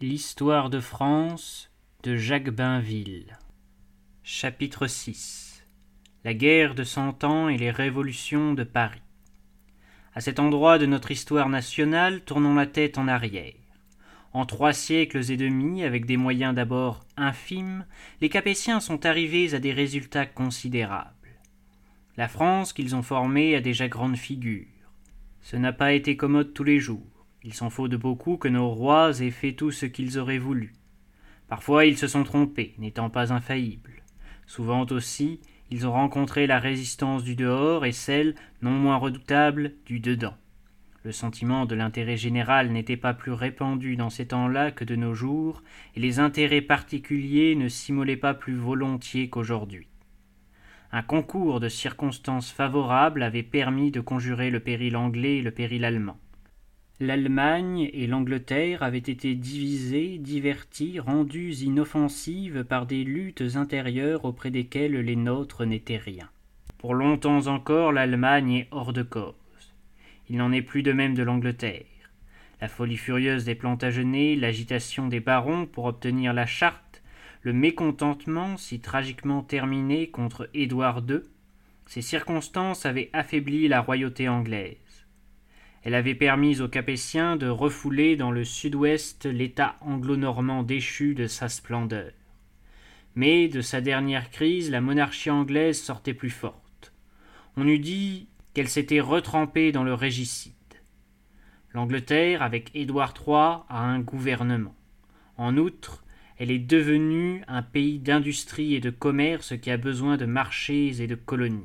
L'histoire de France de Jacques Bainville. Chapitre 6. La guerre de Cent Ans et les révolutions de Paris. À cet endroit de notre histoire nationale, tournons la tête en arrière. En 3 siècles et demi, avec des moyens d'abord infimes, les Capétiens sont arrivés à des résultats considérables. La France qu'ils ont formée a déjà grande figure. Ce n'a pas été commode tous les jours. Il s'en faut de beaucoup que nos rois aient fait tout ce qu'ils auraient voulu. Parfois ils se sont trompés, n'étant pas infaillibles. Souvent aussi, ils ont rencontré la résistance du dehors et celle, non moins redoutable, du dedans. Le sentiment de l'intérêt général n'était pas plus répandu dans ces temps-là que de nos jours, et les intérêts particuliers ne s'immolaient pas plus volontiers qu'aujourd'hui. Un concours de circonstances favorables avait permis de conjurer le péril anglais et le péril allemand. L'Allemagne et l'Angleterre avaient été divisées, diverties, rendues inoffensives par des luttes intérieures auprès desquelles les nôtres n'étaient rien. Pour longtemps encore, l'Allemagne est hors de cause. Il n'en est plus de même de l'Angleterre. La folie furieuse des Plantagenets, l'agitation des barons pour obtenir la charte, le mécontentement si tragiquement terminé contre Édouard II, ces circonstances avaient affaibli la royauté anglaise. Elle avait permis aux Capétiens de refouler dans le sud-ouest l'état anglo-normand déchu de sa splendeur. Mais de sa dernière crise, la monarchie anglaise sortait plus forte. On eût dit qu'elle s'était retrempée dans le régicide. L'Angleterre, avec Édouard III, a un gouvernement. En outre, elle est devenue un pays d'industrie et de commerce qui a besoin de marchés et de colonies.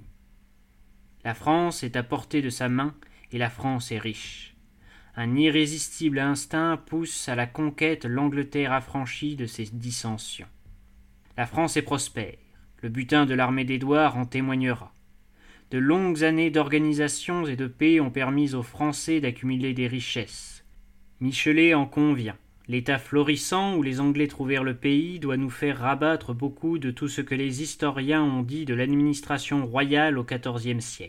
La France est à portée de sa main, et la France est riche. Un irrésistible instinct pousse à la conquête l'Angleterre affranchie de ses dissensions. La France est prospère. Le butin de l'armée d'Édouard en témoignera. De longues années d'organisation et de paix ont permis aux Français d'accumuler des richesses. Michelet en convient. L'état florissant où les Anglais trouvèrent le pays doit nous faire rabattre beaucoup de tout ce que les historiens ont dit de l'administration royale au XIVe siècle.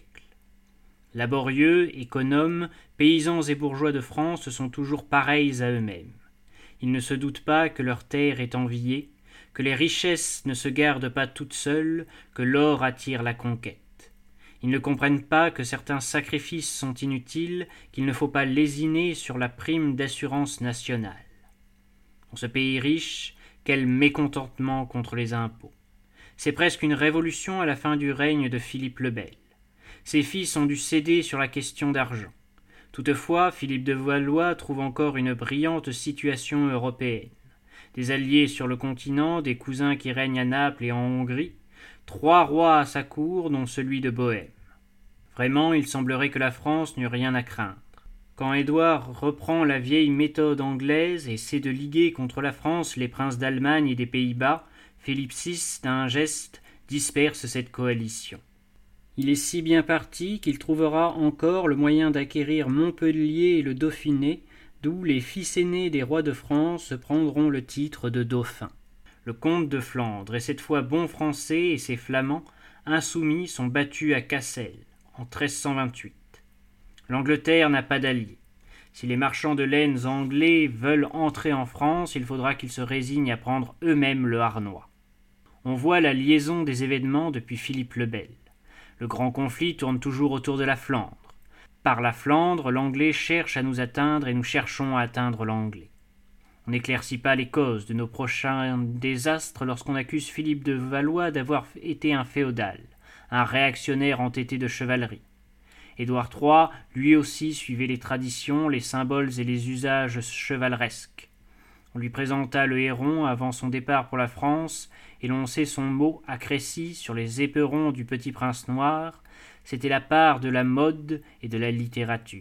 Laborieux, économes, paysans et bourgeois de France sont toujours pareils à eux-mêmes. Ils ne se doutent pas que leur terre est enviée, que les richesses ne se gardent pas toutes seules, que l'or attire la conquête. Ils ne comprennent pas que certains sacrifices sont inutiles, qu'il ne faut pas lésiner sur la prime d'assurance nationale. Dans ce pays riche, quel mécontentement contre les impôts. C'est presque une révolution à la fin du règne de Philippe le Bel. Ses fils ont dû céder sur la question d'argent. Toutefois, Philippe de Valois trouve encore une brillante situation européenne. Des alliés sur le continent, des cousins qui règnent à Naples et en Hongrie, 3 rois à sa cour, dont celui de Bohême. Vraiment, il semblerait que la France n'eût rien à craindre. Quand Édouard reprend la vieille méthode anglaise et essaie de liguer contre la France les princes d'Allemagne et des Pays-Bas, Philippe VI, d'un geste, disperse cette coalition. Il est si bien parti qu'il trouvera encore le moyen d'acquérir Montpellier et le Dauphiné, d'où les fils aînés des rois de France prendront le titre de dauphins. Le comte de Flandre est cette fois bon français et ses flamands, insoumis, sont battus à Cassel, en 1328. L'Angleterre n'a pas d'alliés. Si les marchands de laines anglais veulent entrer en France, il faudra qu'ils se résignent à prendre eux-mêmes le harnois. On voit la liaison des événements depuis Philippe le Bel. Le grand conflit tourne toujours autour de la Flandre. Par la Flandre, l'Anglais cherche à nous atteindre et nous cherchons à atteindre l'Anglais. On n'éclaircit pas les causes de nos prochains désastres lorsqu'on accuse Philippe de Valois d'avoir été un féodal, un réactionnaire entêté de chevalerie. Édouard III, lui aussi, suivait les traditions, les symboles et les usages chevaleresques. On lui présenta le héron avant son départ pour la France, et l'on sait son mot à Crécy sur les éperons du petit prince noir, c'était la part de la mode et de la littérature.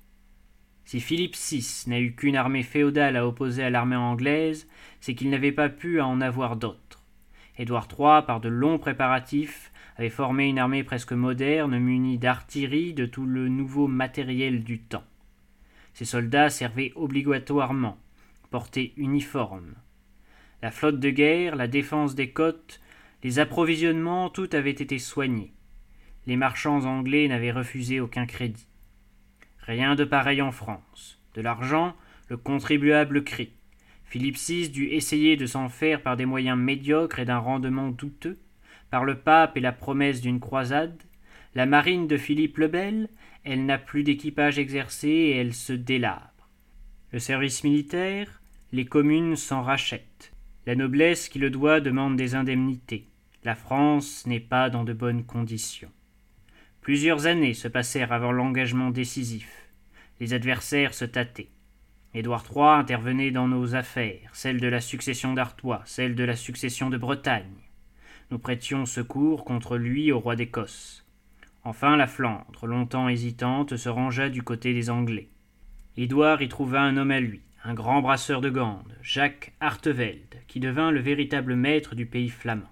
Si Philippe VI n'a eu qu'une armée féodale à opposer à l'armée anglaise, c'est qu'il n'avait pas pu en avoir d'autres. Édouard III, par de longs préparatifs, avait formé une armée presque moderne, munie d'artillerie, de tout le nouveau matériel du temps. Ces soldats servaient obligatoirement, portaient uniforme. La flotte de guerre, la défense des côtes, les approvisionnements, tout avait été soigné. Les marchands anglais n'avaient refusé aucun crédit. Rien de pareil en France. De l'argent, le contribuable crie. Philippe VI dut essayer de s'en faire par des moyens médiocres et d'un rendement douteux, par le pape et la promesse d'une croisade. La marine de Philippe le Bel, elle n'a plus d'équipage exercé et elle se délabre. Le service militaire, les communes s'en rachètent. La noblesse qui le doit demande des indemnités. La France n'est pas dans de bonnes conditions. Plusieurs années se passèrent avant l'engagement décisif. Les adversaires se tâtaient. Édouard III intervenait dans nos affaires, celles de la succession d'Artois, celles de la succession de Bretagne. Nous prêtions secours contre lui au roi d'Écosse. Enfin la Flandre, longtemps hésitante, se rangea du côté des Anglais. Édouard y trouva un homme à lui, un grand brasseur de Gand, Jacques Artevelde, qui devint le véritable maître du pays flamand.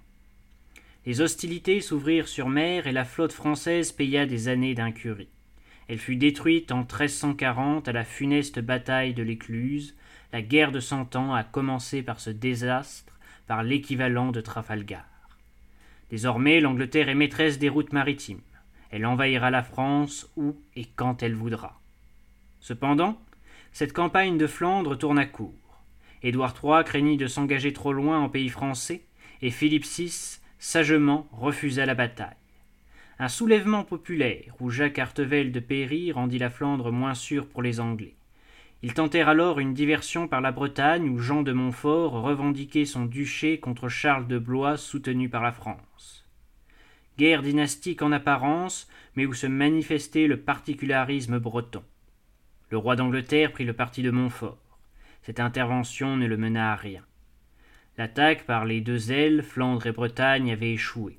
Les hostilités s'ouvrirent sur mer et la flotte française paya des années d'incurie. Elle fut détruite en 1340 à la funeste bataille de l'Écluse. La guerre de Cent Ans a commencé par ce désastre, par l'équivalent de Trafalgar. Désormais, l'Angleterre est maîtresse des routes maritimes. Elle envahira la France où et quand elle voudra. Cependant, cette campagne de Flandre tourna court. Édouard III craignit de s'engager trop loin en pays français, et Philippe VI, sagement, refusa la bataille. Un soulèvement populaire, où Jacques Artevelde périt, rendit la Flandre moins sûre pour les Anglais. Ils tentèrent alors une diversion par la Bretagne, où Jean de Montfort revendiquait son duché contre Charles de Blois, soutenu par la France. Guerre dynastique en apparence, mais où se manifestait le particularisme breton. Le roi d'Angleterre prit le parti de Montfort. Cette intervention ne le mena à rien. L'attaque par les deux ailes, Flandre et Bretagne, avait échoué.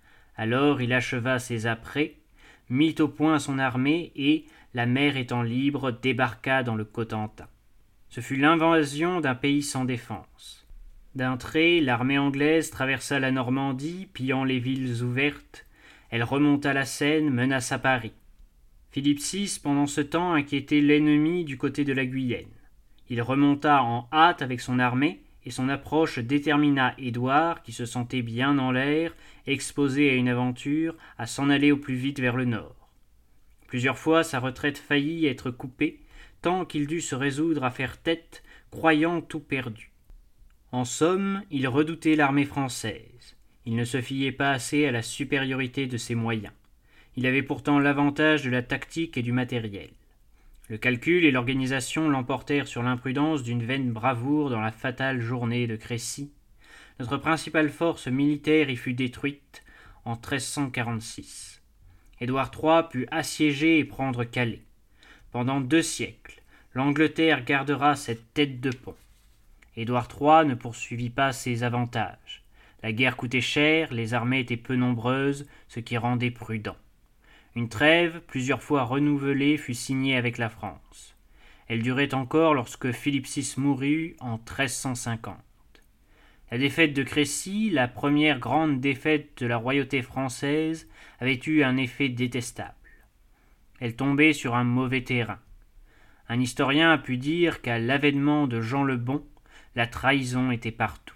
Alors il acheva ses apprêts, mit au point son armée et, la mer étant libre, débarqua dans le Cotentin. Ce fut l'invasion d'un pays sans défense. D'un trait, l'armée anglaise traversa la Normandie, pillant les villes ouvertes. Elle remonta la Seine, menaça Paris. Philippe VI, pendant ce temps, inquiétait l'ennemi du côté de la Guyenne. Il remonta en hâte avec son armée, et son approche détermina Édouard, qui se sentait bien en l'air, exposé à une aventure, à s'en aller au plus vite vers le nord. Plusieurs fois sa retraite faillit être coupée, tant qu'il dut se résoudre à faire tête, croyant tout perdu. En somme, il redoutait l'armée française. Il ne se fiait pas assez à la supériorité de ses moyens. Il avait pourtant l'avantage de la tactique et du matériel. Le calcul et l'organisation l'emportèrent sur l'imprudence d'une vaine bravoure dans la fatale journée de Crécy. Notre principale force militaire y fut détruite en 1346. Édouard III put assiéger et prendre Calais. Pendant 2 siècles, l'Angleterre gardera cette tête de pont. Édouard III ne poursuivit pas ses avantages. La guerre coûtait cher, les armées étaient peu nombreuses, ce qui rendait prudent. Une trêve, plusieurs fois renouvelée, fut signée avec la France. Elle durait encore lorsque Philippe VI mourut en 1350. La défaite de Crécy, la première grande défaite de la royauté française, avait eu un effet détestable. Elle tombait sur un mauvais terrain. Un historien a pu dire qu'à l'avènement de Jean le Bon, la trahison était partout.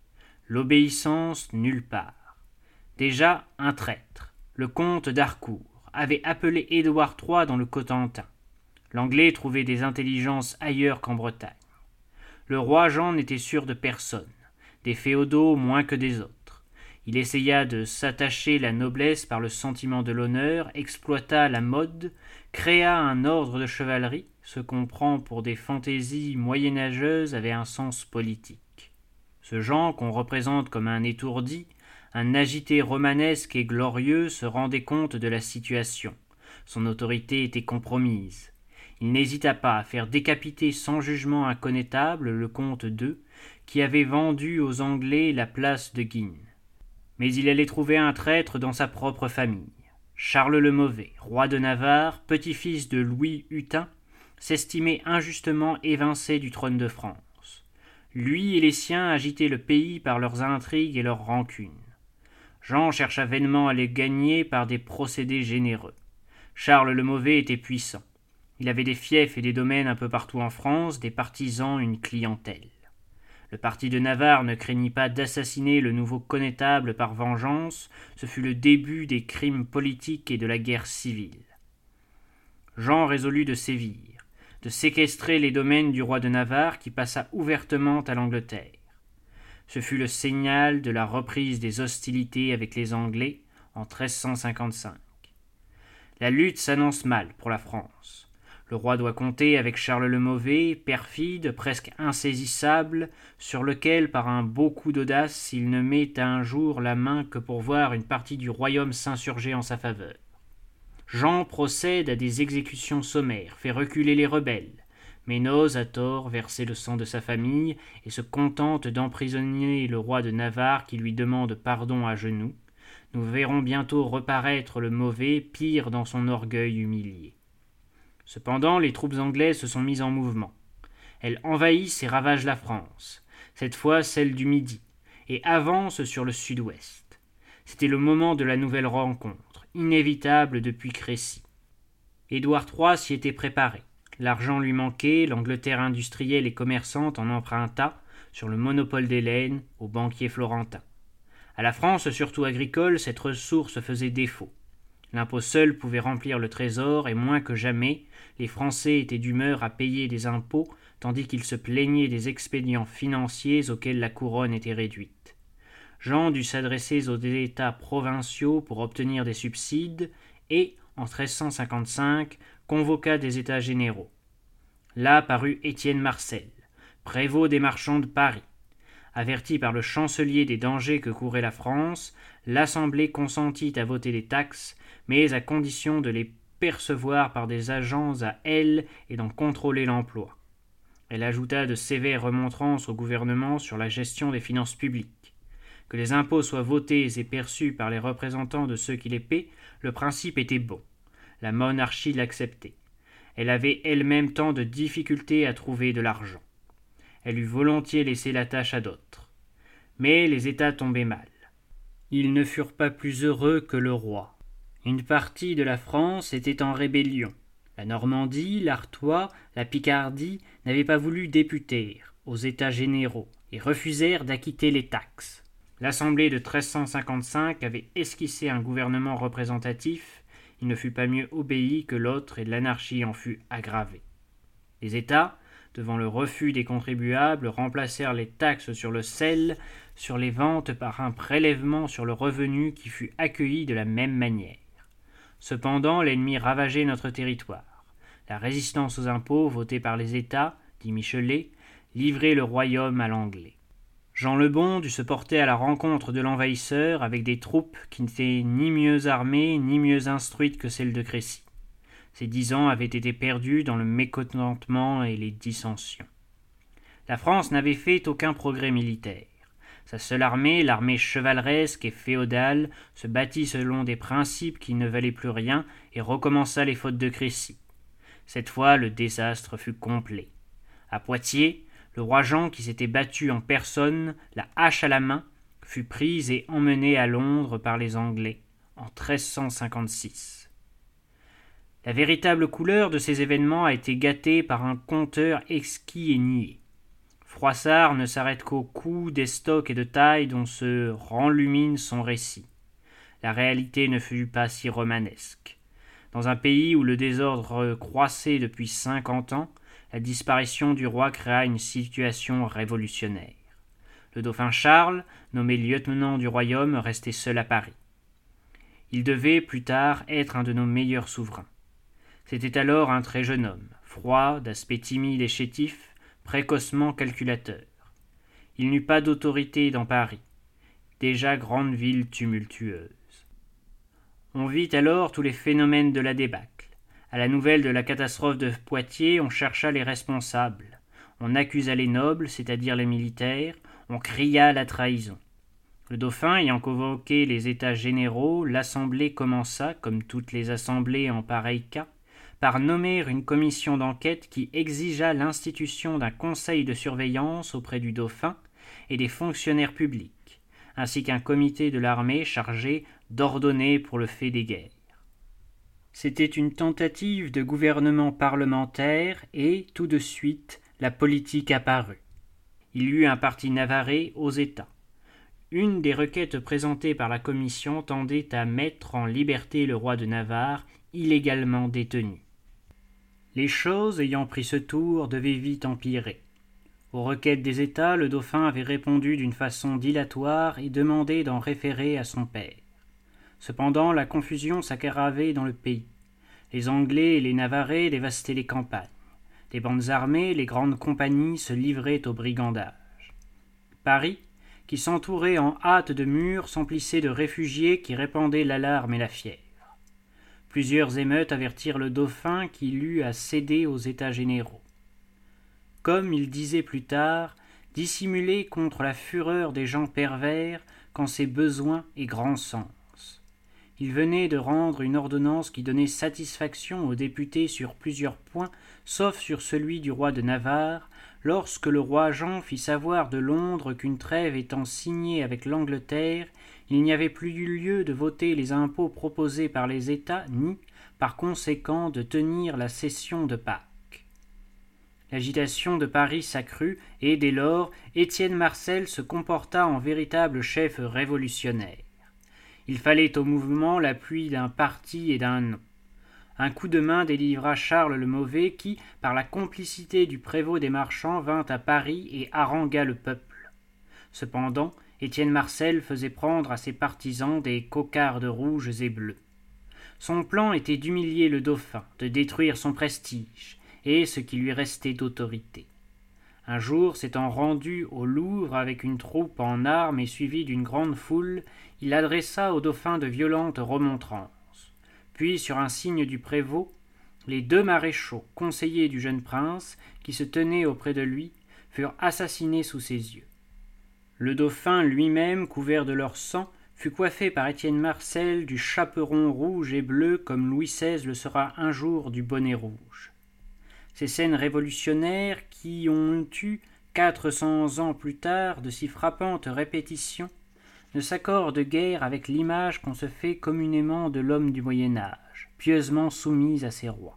L'obéissance nulle part. Déjà un traître, le comte d'Harcourt, avait appelé Édouard III dans le Cotentin. L'Anglais trouvait des intelligences ailleurs qu'en Bretagne. Le roi Jean n'était sûr de personne, des féodaux moins que des autres. Il essaya de s'attacher la noblesse par le sentiment de l'honneur, exploita la mode, créa un ordre de chevalerie. Ce qu'on prend pour des fantaisies moyenâgeuses avait un sens politique. Ce Jean, qu'on représente comme un étourdi, un agité romanesque et glorieux, se rendait compte de la situation. Son autorité était compromise. Il n'hésita pas à faire décapiter sans jugement un connétable, le comte d'Eu, qui avait vendu aux Anglais la place de Guines. Mais il allait trouver un traître dans sa propre famille. Charles le Mauvais, roi de Navarre, petit-fils de Louis Hutin, s'estimait injustement évincé du trône de France. Lui et les siens agitaient le pays par leurs intrigues et leurs rancunes. Jean chercha vainement à les gagner par des procédés généreux. Charles le Mauvais était puissant. Il avait des fiefs et des domaines un peu partout en France, des partisans, une clientèle. Le parti de Navarre ne craignit pas d'assassiner le nouveau connétable par vengeance, ce fut le début des crimes politiques et de la guerre civile. Jean résolut de sévir. de séquestrer les domaines du roi de Navarre qui passa ouvertement à l'Angleterre. Ce fut le signal de la reprise des hostilités avec les Anglais en 1355. La lutte s'annonce mal pour la France. Le roi doit compter avec Charles le Mauvais, perfide, presque insaisissable, sur lequel, par un beau coup d'audace, il ne met un jour la main que pour voir une partie du royaume s'insurger en sa faveur. Jean procède à des exécutions sommaires, fait reculer les rebelles, mais n'ose à tort verser le sang de sa famille et se contente d'emprisonner le roi de Navarre qui lui demande pardon à genoux. Nous verrons bientôt reparaître le Mauvais, pire dans son orgueil humilié. Cependant, les troupes anglaises se sont mises en mouvement. Elles envahissent et ravagent la France, cette fois celle du Midi, et avancent sur le sud-ouest. C'était le moment de la nouvelle rencontre, inévitable depuis Crécy. Édouard III s'y était préparé. L'argent lui manquait, l'Angleterre industrielle et commerçante en emprunta, sur le monopole des laines, aux banquiers florentins. À la France, surtout agricole, cette ressource faisait défaut. L'impôt seul pouvait remplir le trésor, et moins que jamais, les Français étaient d'humeur à payer des impôts, tandis qu'ils se plaignaient des expédients financiers auxquels la couronne était réduite. Jean dut s'adresser aux États provinciaux pour obtenir des subsides, et, en 1355, convoqua des États généraux. Là parut Étienne Marcel, prévôt des marchands de Paris. Averti par le chancelier des dangers que courait la France, l'Assemblée consentit à voter des taxes, mais à condition de les percevoir par des agents à elle et d'en contrôler l'emploi. Elle ajouta de sévères remontrances au gouvernement sur la gestion des finances publiques. Que les impôts soient votés et perçus par les représentants de ceux qui les paient, le principe était bon. La monarchie l'acceptait. Elle avait elle-même tant de difficultés à trouver de l'argent. Elle eût volontiers laissé la tâche à d'autres. Mais les États tombaient mal. Ils ne furent pas plus heureux que le roi. Une partie de la France était en rébellion. La Normandie, l'Artois, la Picardie n'avaient pas voulu députer aux États généraux et refusèrent d'acquitter les taxes. L'Assemblée de 1355 avait esquissé un gouvernement représentatif. Il ne fut pas mieux obéi que l'autre et l'anarchie en fut aggravée. Les États, devant le refus des contribuables, remplacèrent les taxes sur le sel, sur les ventes par un prélèvement sur le revenu qui fut accueilli de la même manière. Cependant, l'ennemi ravageait notre territoire. La résistance aux impôts, votée par les États, dit Michelet, livrait le royaume à l'anglais. Jean le Bon dut se porter à la rencontre de l'envahisseur avec des troupes qui n'étaient ni mieux armées ni mieux instruites que celles de Crécy. Ces 10 ans avaient été perdus dans le mécontentement et les dissensions. La France n'avait fait aucun progrès militaire. Sa seule armée, l'armée chevaleresque et féodale, se battit selon des principes qui ne valaient plus rien et recommença les fautes de Crécy. Cette fois, le désastre fut complet. À Poitiers, le roi Jean, qui s'était battu en personne, la hache à la main, fut pris et emmené à Londres par les Anglais en 1356. La véritable couleur de ces événements a été gâtée par un conteur exquis et niais. Froissart ne s'arrête qu'aux coups d'estoc et de taille dont se renlumine son récit. La réalité ne fut pas si romanesque. Dans un pays où le désordre croissait depuis 50 ans, la disparition du roi créa une situation révolutionnaire. Le dauphin Charles, nommé lieutenant du royaume, restait seul à Paris. Il devait, plus tard, être un de nos meilleurs souverains. C'était alors un très jeune homme, froid, d'aspect timide et chétif, précocement calculateur. Il n'eut pas d'autorité dans Paris, déjà grande ville tumultueuse. On vit alors tous les phénomènes de la débâcle. À la nouvelle de la catastrophe de Poitiers, on chercha les responsables. On accusa les nobles, c'est-à-dire les militaires, on cria la trahison. Le dauphin ayant convoqué les États généraux, l'Assemblée commença, comme toutes les assemblées en pareil cas, par nommer une commission d'enquête qui exigea l'institution d'un conseil de surveillance auprès du dauphin et des fonctionnaires publics, ainsi qu'un comité de l'armée chargé d'ordonner pour le fait des guerres. C'était une tentative de gouvernement parlementaire et, tout de suite, la politique apparut. Il y eut un parti navarrais aux États. Une des requêtes présentées par la commission tendait à mettre en liberté le roi de Navarre, illégalement détenu. Les choses ayant pris ce tour devaient vite empirer. Aux requêtes des États, le dauphin avait répondu d'une façon dilatoire et demandé d'en référer à son père. Cependant, la confusion s'aggravait dans le pays. Les Anglais et les Navarrais dévastaient les campagnes. Les bandes armées, les grandes compagnies se livraient au brigandage. Paris, qui s'entourait en hâte de murs, s'emplissait de réfugiés qui répandaient l'alarme et la fièvre. Plusieurs émeutes avertirent le dauphin qu'il eut à céder aux États généraux. Comme il disait plus tard, dissimuler contre la fureur des gens pervers quand c'est besoin et grand sens. Il venait de rendre une ordonnance qui donnait satisfaction aux députés sur plusieurs points, sauf sur celui du roi de Navarre, lorsque le roi Jean fit savoir de Londres qu'une trêve étant signée avec l'Angleterre, il n'y avait plus eu lieu de voter les impôts proposés par les États, ni, par conséquent, de tenir la session de Pâques. L'agitation de Paris s'accrut, et, dès lors, Étienne Marcel se comporta en véritable chef révolutionnaire. Il fallait au mouvement l'appui d'un parti et d'un nom. Un coup de main délivra Charles le Mauvais qui, par la complicité du prévôt des marchands, vint à Paris et harangua le peuple. Cependant, Étienne Marcel faisait prendre à ses partisans des cocardes rouges et bleues. Son plan était d'humilier le dauphin, de détruire son prestige et ce qui lui restait d'autorité. Un jour, s'étant rendu au Louvre avec une troupe en armes et suivi d'une grande foule, il adressa au dauphin de violentes remontrances. Puis, sur un signe du prévôt, les 2 maréchaux, conseillers du jeune prince, qui se tenaient auprès de lui, furent assassinés sous ses yeux. Le dauphin lui-même, couvert de leur sang, fut coiffé par Étienne Marcel du chaperon rouge et bleu comme Louis XVI le sera un jour du bonnet rouge. Ces scènes révolutionnaires qui ont eu, 400 ans plus tard, de si frappantes répétitions, ne s'accordent guère avec l'image qu'on se fait communément de l'homme du Moyen-Âge, pieusement soumis à ses rois.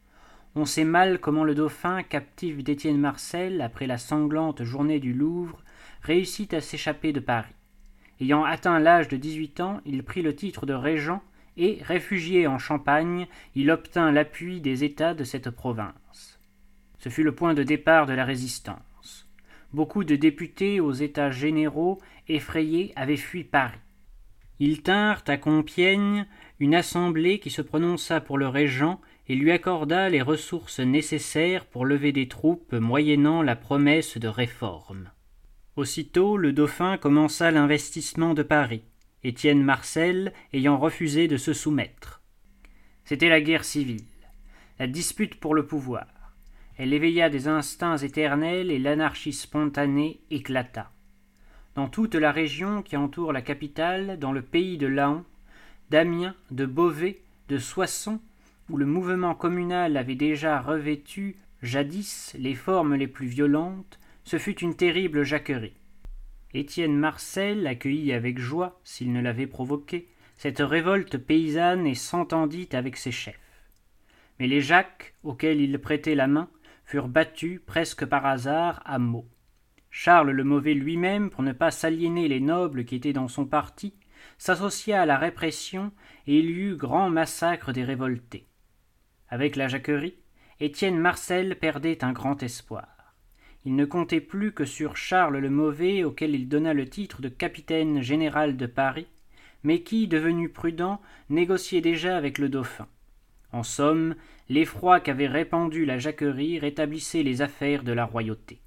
On sait mal comment le dauphin, captif d'Étienne Marcel, après la sanglante journée du Louvre, réussit à s'échapper de Paris. Ayant atteint l'âge de 18 ans, il prit le titre de régent et, réfugié en Champagne, il obtint l'appui des États de cette province. Ce fut le point de départ de la résistance. Beaucoup de députés aux États généraux, effrayés, avaient fui Paris. Ils tinrent à Compiègne une assemblée qui se prononça pour le régent et lui accorda les ressources nécessaires pour lever des troupes moyennant la promesse de réforme. Aussitôt, le dauphin commença l'investissement de Paris, Étienne Marcel ayant refusé de se soumettre. C'était la guerre civile, la dispute pour le pouvoir. Elle éveilla des instincts éternels et l'anarchie spontanée éclata. Dans toute la région qui entoure la capitale, dans le pays de Laon, d'Amiens, de Beauvais, de Soissons, où le mouvement communal avait déjà revêtu, jadis, les formes les plus violentes, ce fut une terrible jacquerie. Étienne Marcel accueillit avec joie, s'il ne l'avait provoquée, cette révolte paysanne et s'entendit avec ses chefs. Mais les Jacques, auxquels il prêtait la main, furent battus, presque par hasard, à mots. Charles le Mauvais lui-même, pour ne pas s'aliéner les nobles qui étaient dans son parti, s'associa à la répression et il y eut grand massacre des révoltés. Avec la jacquerie, Étienne Marcel perdait un grand espoir. Il ne comptait plus que sur Charles le Mauvais, auquel il donna le titre de capitaine général de Paris, mais qui, devenu prudent, négociait déjà avec le dauphin. En somme, l'effroi qu'avait répandu la jacquerie rétablissait les affaires de la royauté.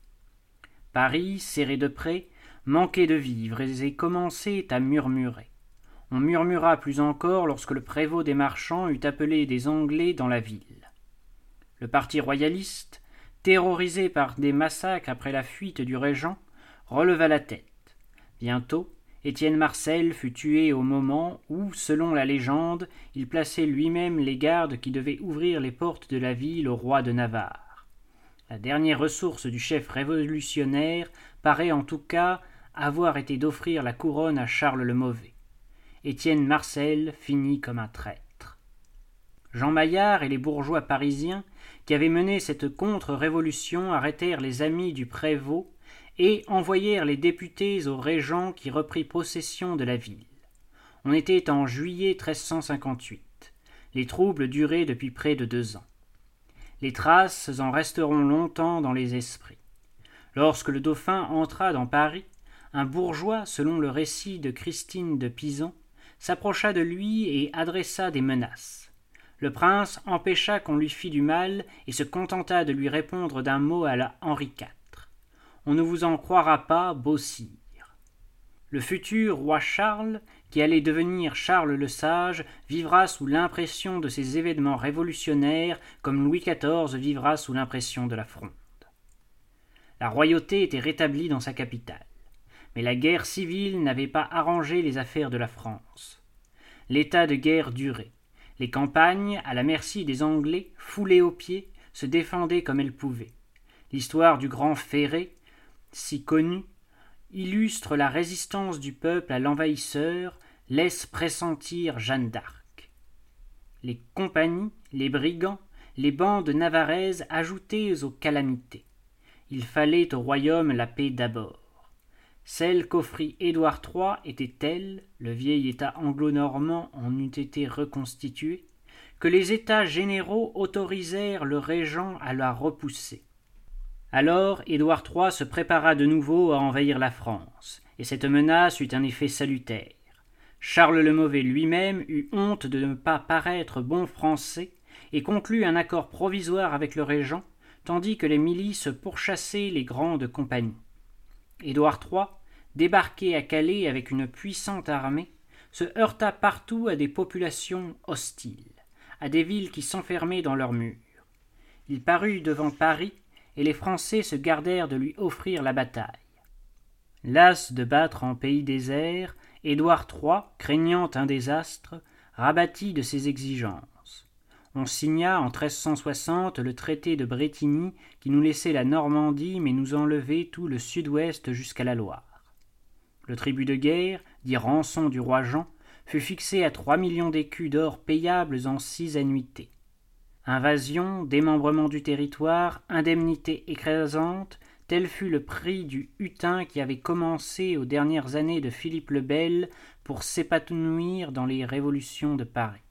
Paris, serré de près, manquait de vivres et commençait à murmurer. On murmura plus encore lorsque le prévôt des marchands eut appelé des Anglais dans la ville. Le parti royaliste, terrorisé par des massacres après la fuite du régent, releva la tête. Bientôt, Étienne Marcel fut tué au moment où, selon la légende, il plaçait lui-même les gardes qui devaient ouvrir les portes de la ville au roi de Navarre. La dernière ressource du chef révolutionnaire paraît en tout cas avoir été d'offrir la couronne à Charles le Mauvais. Étienne Marcel finit comme un traître. Jean Maillard et les bourgeois parisiens qui avaient mené cette contre-révolution arrêtèrent les amis du prévôt et envoyèrent les députés au régent qui reprit possession de la ville. On était en juillet 1358. Les troubles duraient depuis près de 2 ans. Les traces en resteront longtemps dans les esprits. Lorsque le dauphin entra dans Paris, un bourgeois, selon le récit de Christine de Pisan, s'approcha de lui et adressa des menaces. Le prince empêcha qu'on lui fît du mal et se contenta de lui répondre d'un mot à la Henri IV. « On ne vous en croira pas, beau sire. » Le futur roi Charles, qui allait devenir Charles le Sage, vivra sous l'impression de ces événements révolutionnaires comme Louis XIV vivra sous l'impression de la Fronde. La royauté était rétablie dans sa capitale, mais la guerre civile n'avait pas arrangé les affaires de la France. L'état de guerre durait. Les campagnes, à la merci des Anglais, foulées aux pieds, se défendaient comme elles pouvaient. L'histoire du grand Ferré, si connue, illustre la résistance du peuple à l'envahisseur, laisse pressentir Jeanne d'Arc. Les compagnies, les brigands, les bandes navarraises ajoutées aux calamités. Il fallait au royaume la paix d'abord. Celle qu'offrit Édouard III était telle, le vieil État anglo-normand en eût été reconstitué, que les États généraux autorisèrent le régent à la repousser. Alors Édouard III se prépara de nouveau à envahir la France, et cette menace eut un effet salutaire. Charles le Mauvais lui-même eut honte de ne pas paraître bon français et conclut un accord provisoire avec le régent, tandis que les milices pourchassaient les grandes compagnies. Édouard III, débarqué à Calais avec une puissante armée, se heurta partout à des populations hostiles, à des villes qui s'enfermaient dans leurs murs. Il parut devant Paris, et les Français se gardèrent de lui offrir la bataille. Las de battre en pays désert, Édouard III, craignant un désastre, rabattit de ses exigences. On signa en 1360 le traité de Brétigny qui nous laissait la Normandie mais nous enlevait tout le sud-ouest jusqu'à la Loire. Le tribut de guerre, dit rançon du roi Jean, fut fixé à 3 millions d'écus d'or payables en 6 annuités. Invasion, démembrement du territoire, indemnité écrasante, tel fut le prix du hutin qui avait commencé aux dernières années de Philippe le Bel pour s'épanouir dans les révolutions de Paris.